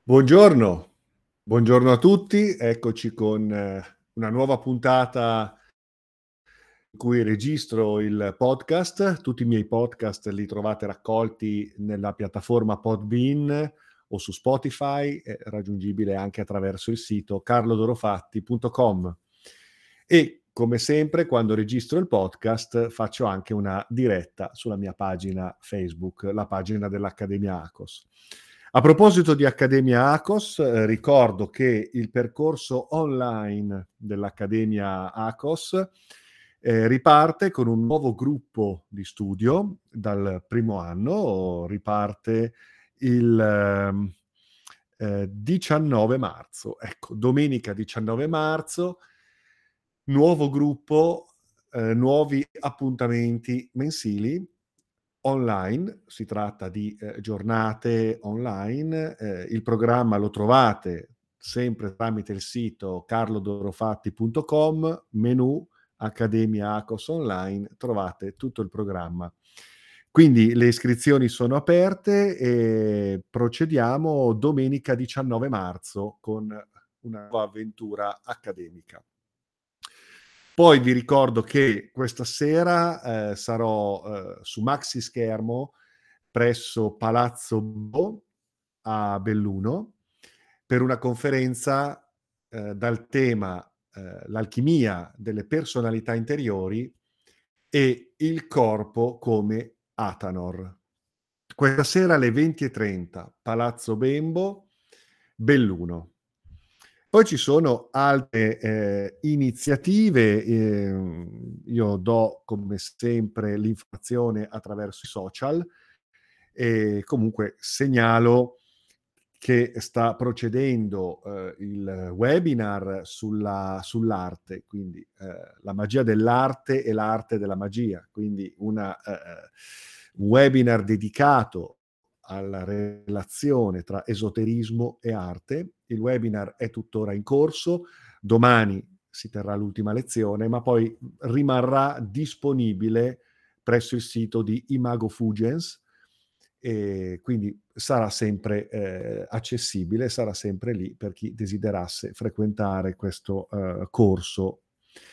Buongiorno, buongiorno a tutti. Eccoci con una nuova puntata in cui registro il podcast. Tutti i miei podcast li trovate raccolti nella piattaforma Podbean o su Spotify, raggiungibile anche attraverso il sito carlodorofatti.com. E come sempre, quando registro il podcast, faccio anche una diretta sulla mia pagina Facebook, la pagina dell'Accademia ACOS. A proposito di Accademia ACOS, ricordo che il percorso online dell'Accademia ACOS riparte con un nuovo gruppo di studio dal primo anno, riparte il 19 marzo. Ecco, domenica 19 marzo, nuovo gruppo, nuovi appuntamenti mensili online. Si tratta di giornate online. Il programma lo trovate sempre tramite il sito carlodorofatti.com, menu Accademia ACOS Online, trovate tutto il programma. Quindi le iscrizioni sono aperte e procediamo domenica 19 marzo con una nuova avventura accademica. Poi vi ricordo che questa sera sarò su maxi schermo presso Palazzo Bo a Belluno per una conferenza dal tema l'alchimia delle personalità interiori e il corpo come Atanor. Questa sera alle 20:30, Palazzo Bembo, Belluno. Poi ci sono altre iniziative, io do come sempre l'informazione attraverso i social e comunque segnalo che sta procedendo il webinar sull'arte, quindi la magia dell'arte e l'arte della magia, quindi un webinar dedicato alla relazione tra esoterismo e arte. Il webinar è tuttora in corso, domani si terrà l'ultima lezione, ma poi rimarrà disponibile presso il sito di Imago Fugens e quindi sarà sempre accessibile, sarà sempre lì per chi desiderasse frequentare questo corso.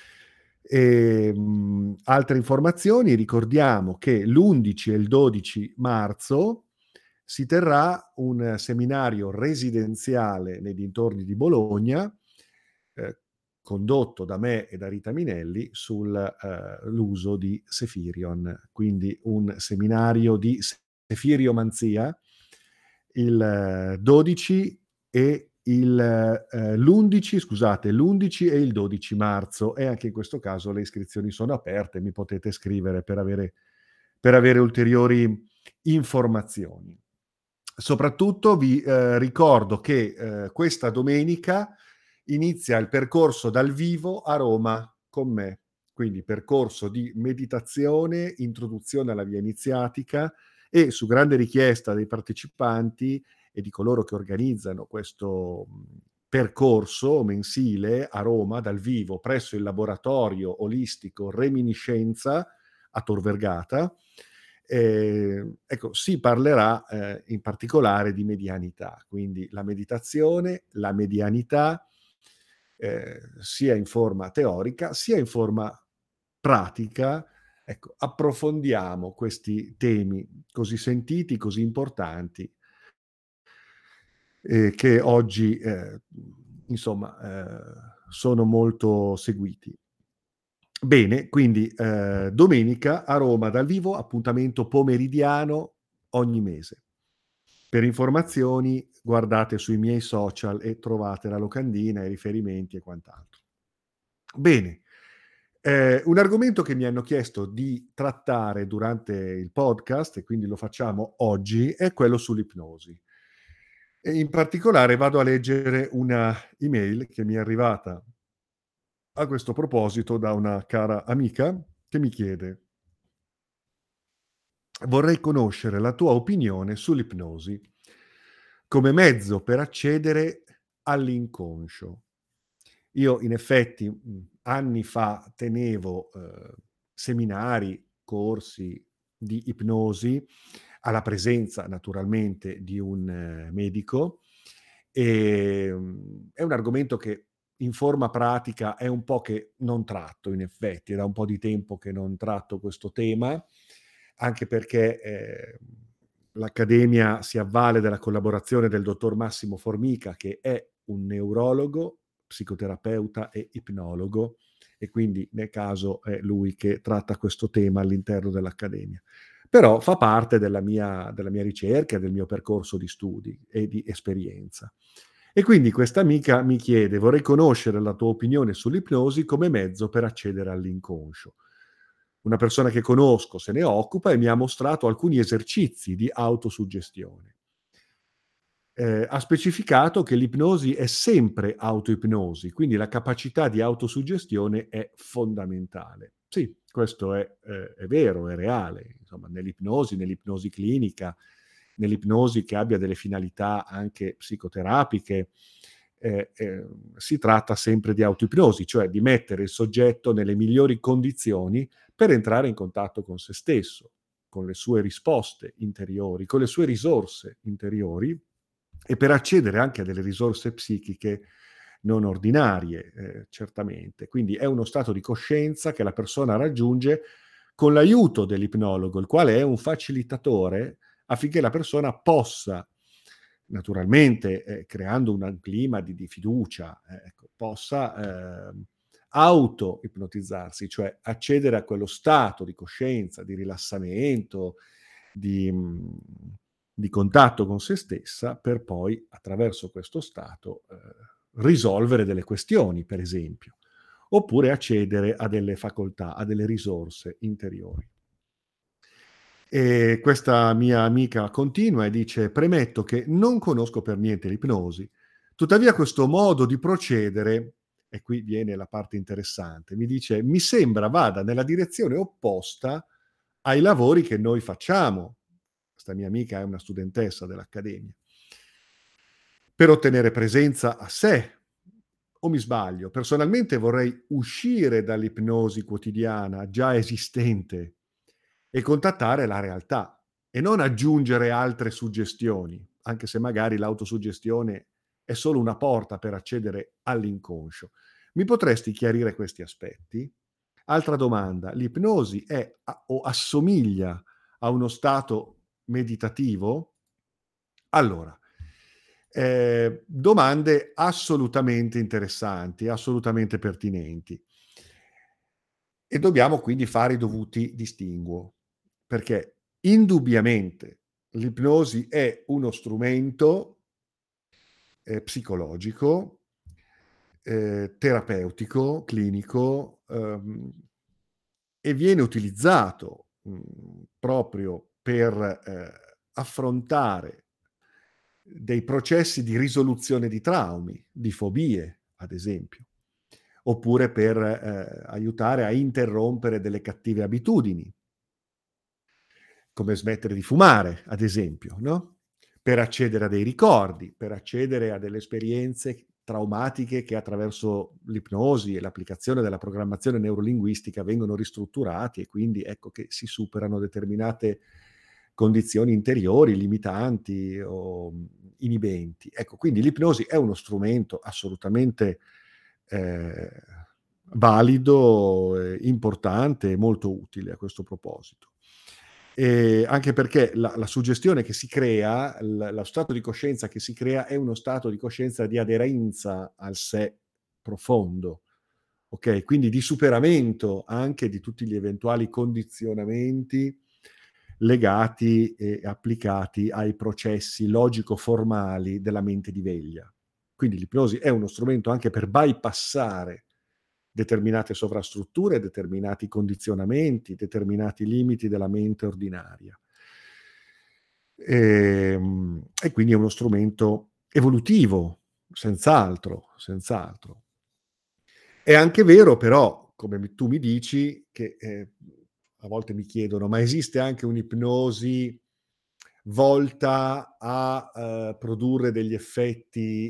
Altre informazioni, ricordiamo che l'11 e il 12 marzo si terrà un seminario residenziale nei dintorni di Bologna, eh, condotto da me e da Rita Minelli sull'uso di Sefirion, quindi un seminario di Sefiriomanzia il 12 e l'11, scusate, l'11 e il 12 marzo, e anche in questo caso le iscrizioni sono aperte, mi potete scrivere per avere ulteriori informazioni. Soprattutto vi ricordo che questa domenica inizia il percorso dal vivo a Roma con me, quindi percorso di meditazione, introduzione alla via iniziatica e su grande richiesta dei partecipanti e di coloro che organizzano questo percorso mensile a Roma dal vivo presso il laboratorio olistico Reminiscenza a Tor Vergata. Ecco, si parlerà in particolare di medianità, quindi la meditazione, la medianità, sia in forma teorica, sia in forma pratica. Ecco, approfondiamo questi temi così sentiti, così importanti, che oggi, insomma, sono molto seguiti. Bene, quindi domenica a Roma dal vivo, appuntamento pomeridiano ogni mese. Per informazioni guardate sui miei social e trovate la locandina, i riferimenti e quant'altro. Bene, un argomento che mi hanno chiesto di trattare durante il podcast, e quindi lo facciamo oggi, è quello sull'ipnosi. E in particolare vado a leggere una email che mi è arrivata a questo proposito da una cara amica che mi chiede: "Vorrei conoscere la tua opinione sull'ipnosi come mezzo per accedere all'inconscio". Io in effetti, anni fa tenevo, seminari, corsi di ipnosi alla presenza naturalmente di un medico È un argomento che in forma pratica è un po' che non tratto in effetti, è da un po' di tempo che non tratto questo tema, anche perché, l'accademia si avvale della collaborazione del dottor Massimo Formica, che è un neurologo, psicoterapeuta e ipnologo, e quindi nel caso è lui che tratta questo tema all'interno dell'accademia. Però fa parte della mia ricerca, del mio percorso di studi e di esperienza. E quindi questa amica mi chiede: "Vorrei conoscere la tua opinione sull'ipnosi come mezzo per accedere all'inconscio". Una persona che conosco se ne occupa e mi ha mostrato alcuni esercizi di autosuggestione. Ha specificato che l'ipnosi è sempre autoipnosi, quindi la capacità di autosuggestione è fondamentale. Sì, questo è vero, è reale. Insomma, nell'ipnosi clinica, nell'ipnosi che abbia delle finalità anche psicoterapiche, si tratta sempre di autoipnosi, cioè di mettere il soggetto nelle migliori condizioni per entrare in contatto con se stesso, con le sue risposte interiori, con le sue risorse interiori e per accedere anche a delle risorse psichiche non ordinarie, certamente. Quindi è uno stato di coscienza che la persona raggiunge con l'aiuto dell'ipnologo, il quale è un facilitatore affinché la persona possa, naturalmente, creando un clima di fiducia, ecco, possa, auto-ipnotizzarsi, cioè accedere a quello stato di coscienza, di rilassamento, di di contatto con se stessa, per poi, attraverso questo stato, risolvere delle questioni, per esempio, oppure accedere a delle facoltà, a delle risorse interiori. E questa mia amica continua e dice: "Premetto che non conosco per niente l'ipnosi, tuttavia questo modo di procedere", e qui viene la parte interessante, mi dice: "Mi sembra vada nella direzione opposta ai lavori che noi facciamo". Questa mia amica è una studentessa dell'accademia. Per ottenere presenza a sé, o mi sbaglio? Personalmente vorrei uscire dall'ipnosi quotidiana già esistente e contattare la realtà e non aggiungere altre suggestioni, anche se magari l'autosuggestione è solo una porta per accedere all'inconscio. Mi potresti chiarire questi aspetti? Altra domanda: l'ipnosi è o assomiglia a uno stato meditativo? Allora, domande assolutamente interessanti, assolutamente pertinenti. E dobbiamo quindi fare i dovuti distinguo, perché indubbiamente l'ipnosi è uno strumento, psicologico, terapeutico, clinico, e viene utilizzato, proprio per, affrontare dei processi di risoluzione di traumi, di fobie, ad esempio, oppure per, aiutare a interrompere delle cattive abitudini, come smettere di fumare, ad esempio, no, per accedere a dei ricordi, per accedere a delle esperienze traumatiche che attraverso l'ipnosi e l'applicazione della programmazione neurolinguistica vengono ristrutturati e quindi ecco che si superano determinate condizioni interiori limitanti o inibenti. Ecco, quindi l'ipnosi è uno strumento assolutamente, ehm, valido, importante e molto utile a questo proposito. Anche perché la suggestione che si crea, lo stato di coscienza che si crea è uno stato di coscienza di aderenza al sé profondo, okay, quindi di superamento anche di tutti gli eventuali condizionamenti legati e applicati ai processi logico-formali della mente di veglia. Quindi l'ipnosi è uno strumento anche per bypassare determinate sovrastrutture, determinati condizionamenti, determinati limiti della mente ordinaria. E quindi è uno strumento evolutivo, senz'altro, senz'altro. È anche vero però, come tu mi dici, che, a volte mi chiedono: "Ma esiste anche un'ipnosi volta a, produrre degli effetti,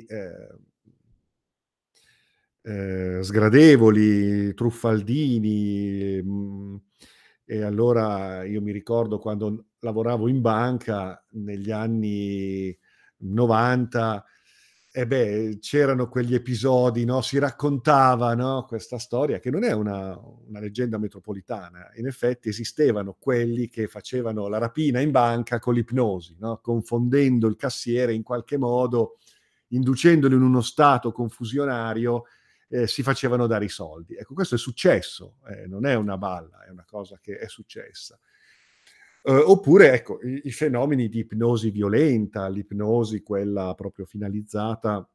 sgradevoli, truffaldini, e allora io mi ricordo quando lavoravo in banca negli anni '90, c'erano quegli episodi, no, si raccontava, no, questa storia che non è una leggenda metropolitana. In effetti esistevano quelli che facevano la rapina in banca con l'ipnosi, no, confondendo il cassiere in qualche modo, inducendolo in uno stato confusionario, si facevano dare i soldi. Ecco, questo è successo, non è una balla, è una cosa che è successa. Oppure ecco, i fenomeni di ipnosi violenta, l'ipnosi quella proprio finalizzata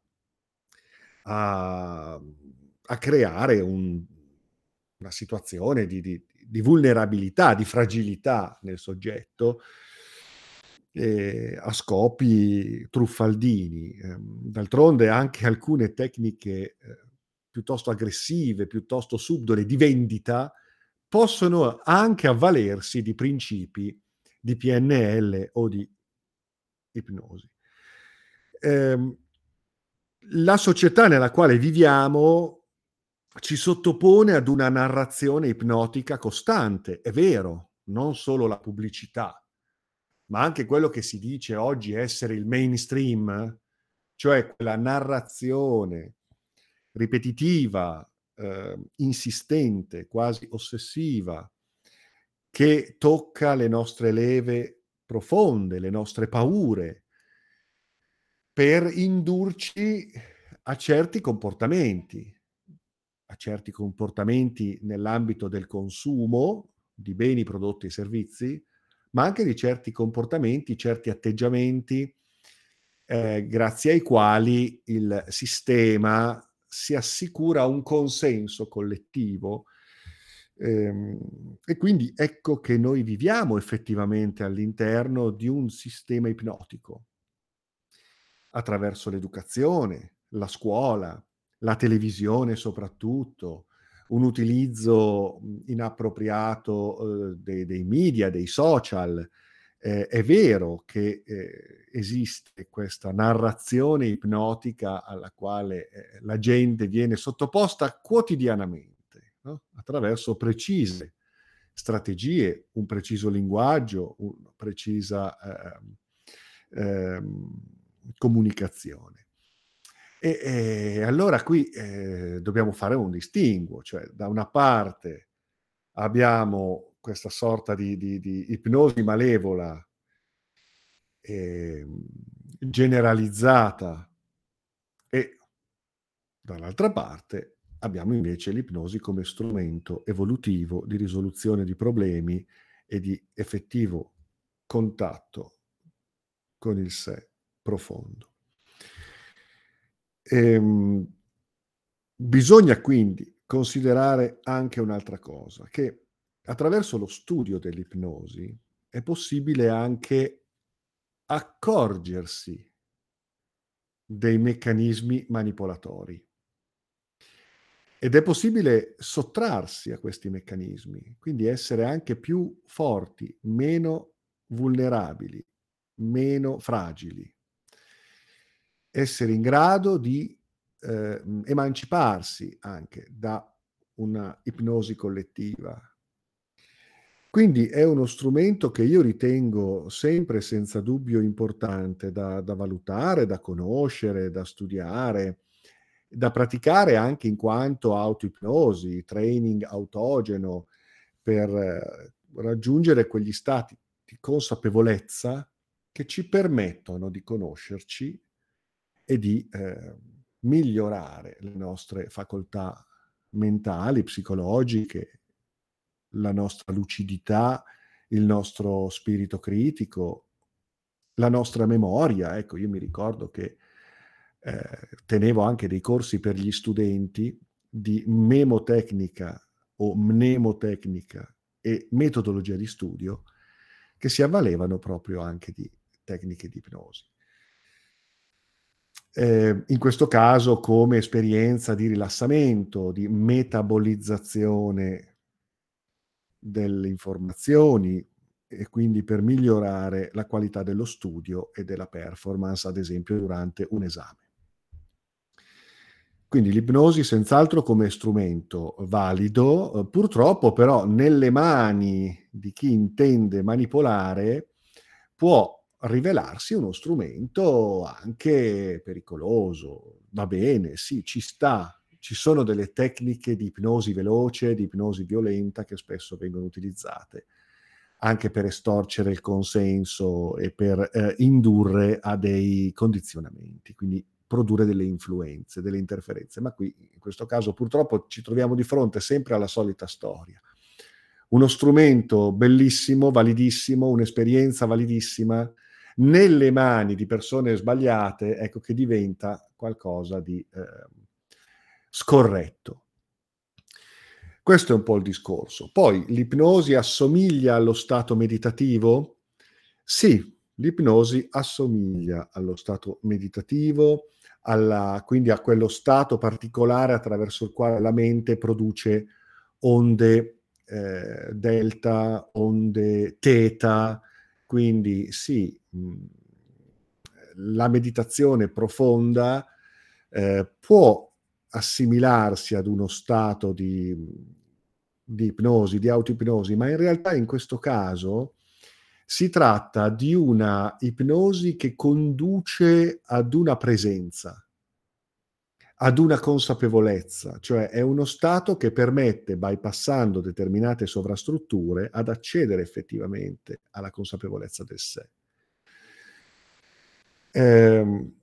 a a creare una situazione di vulnerabilità, di fragilità nel soggetto, a scopi truffaldini. D'altronde anche alcune tecniche, piuttosto aggressive, piuttosto subdole di vendita, possono anche avvalersi di principi di PNL o di ipnosi. Ehm, la società nella quale viviamo ci sottopone ad una narrazione ipnotica costante, è vero, non solo la pubblicità, ma anche quello che si dice oggi essere il mainstream, cioè quella narrazione ripetitiva, insistente, quasi ossessiva, che tocca le nostre leve profonde, le nostre paure, per indurci a certi comportamenti. A certi comportamenti nell'ambito del consumo di beni, prodotti e servizi, ma anche di certi comportamenti, certi atteggiamenti, grazie ai quali il sistema si assicura un consenso collettivo. E quindi ecco che noi viviamo effettivamente all'interno di un sistema ipnotico attraverso l'educazione, la scuola, la televisione soprattutto, un utilizzo, inappropriato, dei media, dei social. È vero che, esiste questa narrazione ipnotica alla quale, la gente viene sottoposta quotidianamente, no, attraverso precise strategie, un preciso linguaggio, una precisa, ehm, comunicazione. Allora qui, dobbiamo fare un distinguo, cioè da una parte abbiamo questa sorta di ipnosi malevola, ehm, generalizzata, e dall'altra parte abbiamo invece l'ipnosi come strumento evolutivo di risoluzione di problemi e di effettivo contatto con il sé profondo. Ehm, Bisogna quindi considerare anche un'altra cosa, che attraverso lo studio dell'ipnosi è possibile anche accorgersi dei meccanismi manipolatori ed è possibile sottrarsi a questi meccanismi, quindi essere anche più forti, meno vulnerabili, meno fragili. Essere in grado di, emanciparsi anche da una ipnosi collettiva. Quindi è uno strumento che io ritengo sempre senza dubbio importante da valutare, da conoscere, da studiare, da praticare anche in quanto autoipnosi, training autogeno per raggiungere quegli stati di consapevolezza che ci permettono di conoscerci e di, migliorare le nostre facoltà mentali, psicologiche, la nostra lucidità, il nostro spirito critico, la nostra memoria. Ecco, io mi ricordo che, tenevo anche dei corsi per gli studenti di memotecnica o mnemotecnica e metodologia di studio, che si avvalevano proprio anche di tecniche di ipnosi. In questo caso come esperienza di rilassamento, di metabolizzazione delle informazioni e quindi per migliorare la qualità dello studio e della performance, ad esempio durante un esame. Quindi l'ipnosi senz'altro come strumento valido, purtroppo però nelle mani di chi intende manipolare può, rivelarsi uno strumento anche pericoloso. Va bene, sì, ci sta. Ci sono delle tecniche di ipnosi veloce, di ipnosi violenta che spesso vengono utilizzate anche per estorcere il consenso e per indurre a dei condizionamenti, quindi produrre delle influenze, delle interferenze. Ma qui, in questo caso, purtroppo ci troviamo di fronte sempre alla solita storia. Uno strumento bellissimo, validissimo, un'esperienza validissima, nelle mani di persone sbagliate, ecco che diventa qualcosa di scorretto. Questo è un po' il discorso. Poi l'ipnosi assomiglia allo stato meditativo? Sì, l'ipnosi assomiglia allo stato meditativo, quindi a quello stato particolare attraverso il quale la mente produce onde delta, onde theta, quindi sì, la meditazione profonda può assimilarsi ad uno stato di ipnosi, di autoipnosi, ma in realtà in questo caso si tratta di una ipnosi che conduce ad una presenza, ad una consapevolezza, cioè è uno stato che permette, bypassando determinate sovrastrutture, ad accedere effettivamente alla consapevolezza del sé. Ehm,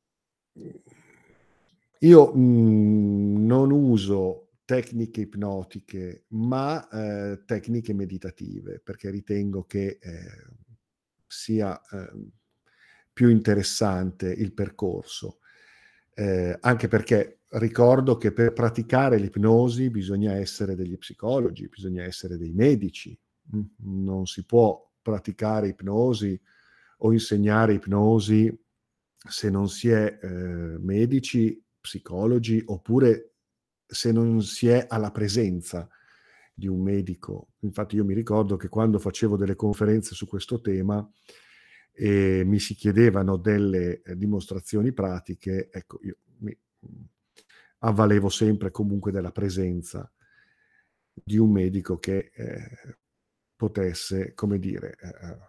io, non uso tecniche ipnotiche, ma, tecniche meditative, perché ritengo che, sia, più interessante il percorso. Anche perché ricordo che per praticare l'ipnosi bisogna essere degli psicologi, bisogna essere dei medici, non si può praticare ipnosi o insegnare ipnosi se non si è, medici, psicologi, oppure se non si è alla presenza di un medico. Infatti io mi ricordo che quando facevo delle conferenze su questo tema e mi si chiedevano delle, dimostrazioni pratiche, ecco io avvalevo sempre comunque della presenza di un medico che, potesse, come dire,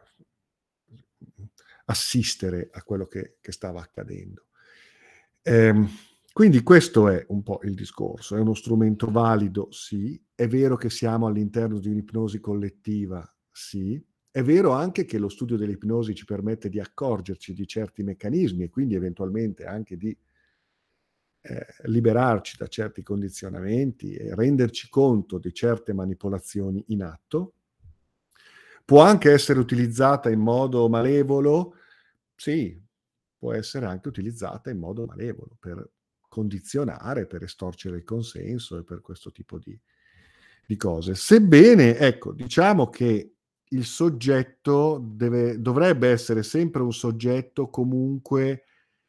assistere a quello che stava accadendo. Ehm, quindi questo è un po' il discorso. È uno strumento valido? Sì. È vero che siamo all'interno di un'ipnosi collettiva? Sì. È vero anche che lo studio dell'ipnosi ci permette di accorgerci di certi meccanismi e quindi eventualmente anche di liberarci da certi condizionamenti e renderci conto di certe manipolazioni in atto. Può anche essere utilizzata in modo malevolo? Sì, può essere anche utilizzata in modo malevolo per condizionare, per estorcere il consenso e per questo tipo di cose. Sebbene, ecco, diciamo che il soggetto dovrebbe essere sempre un soggetto comunque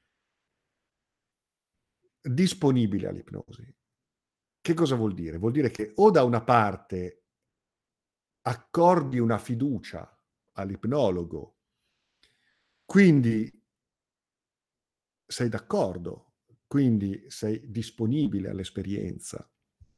disponibile all'ipnosi. Che cosa vuol dire? Vuol dire che o da una parte accordi una fiducia all'ipnologo, quindi sei d'accordo, quindi sei disponibile all'esperienza.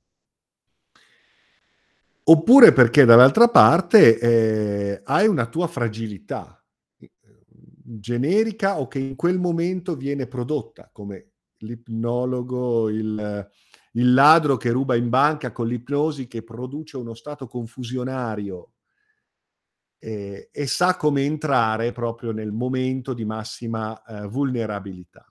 Oppure perché dall'altra parte, hai una tua fragilità, generica o che in quel momento viene prodotta, come l'ipnologo, il ladro che ruba in banca con l'ipnosi che produce uno stato confusionario, e sa come entrare proprio nel momento di massima, vulnerabilità.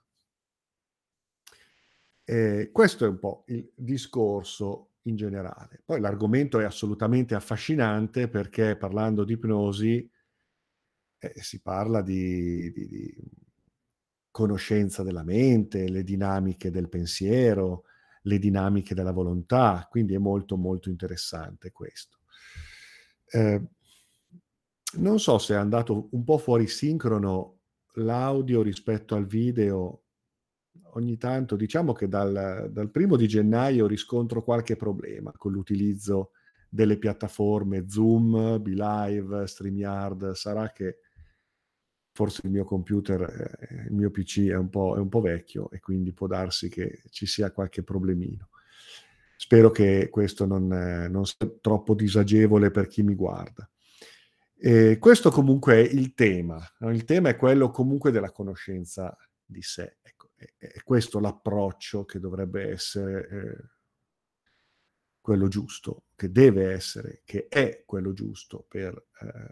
Questo è un po' il discorso in generale. Poi l'argomento è assolutamente affascinante perché parlando di ipnosi, si parla di conoscenza della mente, le dinamiche del pensiero, le dinamiche della volontà, quindi è molto, molto interessante questo. Ehm, non so se è andato un po' fuori sincrono l'audio rispetto al video. Ogni tanto diciamo che dal primo di gennaio riscontro qualche problema con l'utilizzo delle piattaforme Zoom, BeLive, StreamYard. Sarà che forse il mio computer, il mio PC è un po' vecchio e quindi può darsi che ci sia qualche problemino. Spero che questo non sia troppo disagevole per chi mi guarda. Questo comunque è il tema, no, il tema è quello comunque della conoscenza di sé. Ecco, è questo l'approccio che dovrebbe essere, quello giusto, che deve essere, che è quello giusto per,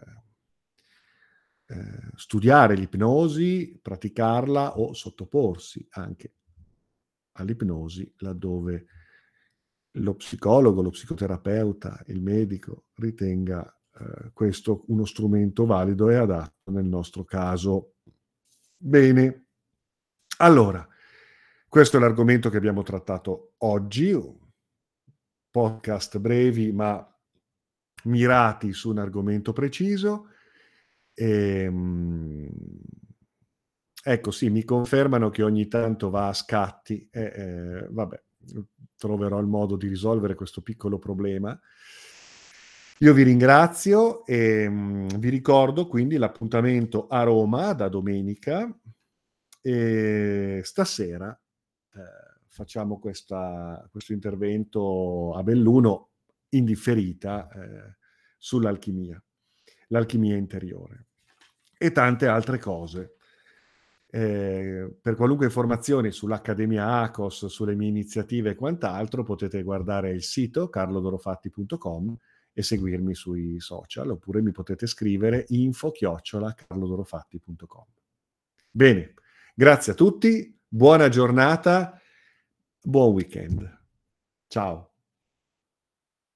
studiare l'ipnosi, praticarla o sottoporsi anche all'ipnosi laddove lo psicologo, lo psicoterapeuta, il medico ritenga, questo uno strumento valido e adatto nel nostro caso. Bene, allora, questo è l'argomento che abbiamo trattato oggi, podcast brevi ma mirati su un argomento preciso. Ehm, ecco sì, mi confermano che ogni tanto va a scatti e, vabbè, troverò il modo di risolvere questo piccolo problema. Io vi ringrazio e, vi ricordo quindi l'appuntamento a Roma da domenica e stasera, facciamo questo intervento a Belluno in differita, sull'alchimia, l'alchimia interiore e tante altre cose. Per qualunque informazione sull'Accademia ACOS, sulle mie iniziative e quant'altro, potete guardare il sito carlodorofatti.com e seguirmi sui social, oppure mi potete scrivere info@carlodorofatti.com. Bene, grazie a tutti, buona giornata, buon weekend. Ciao.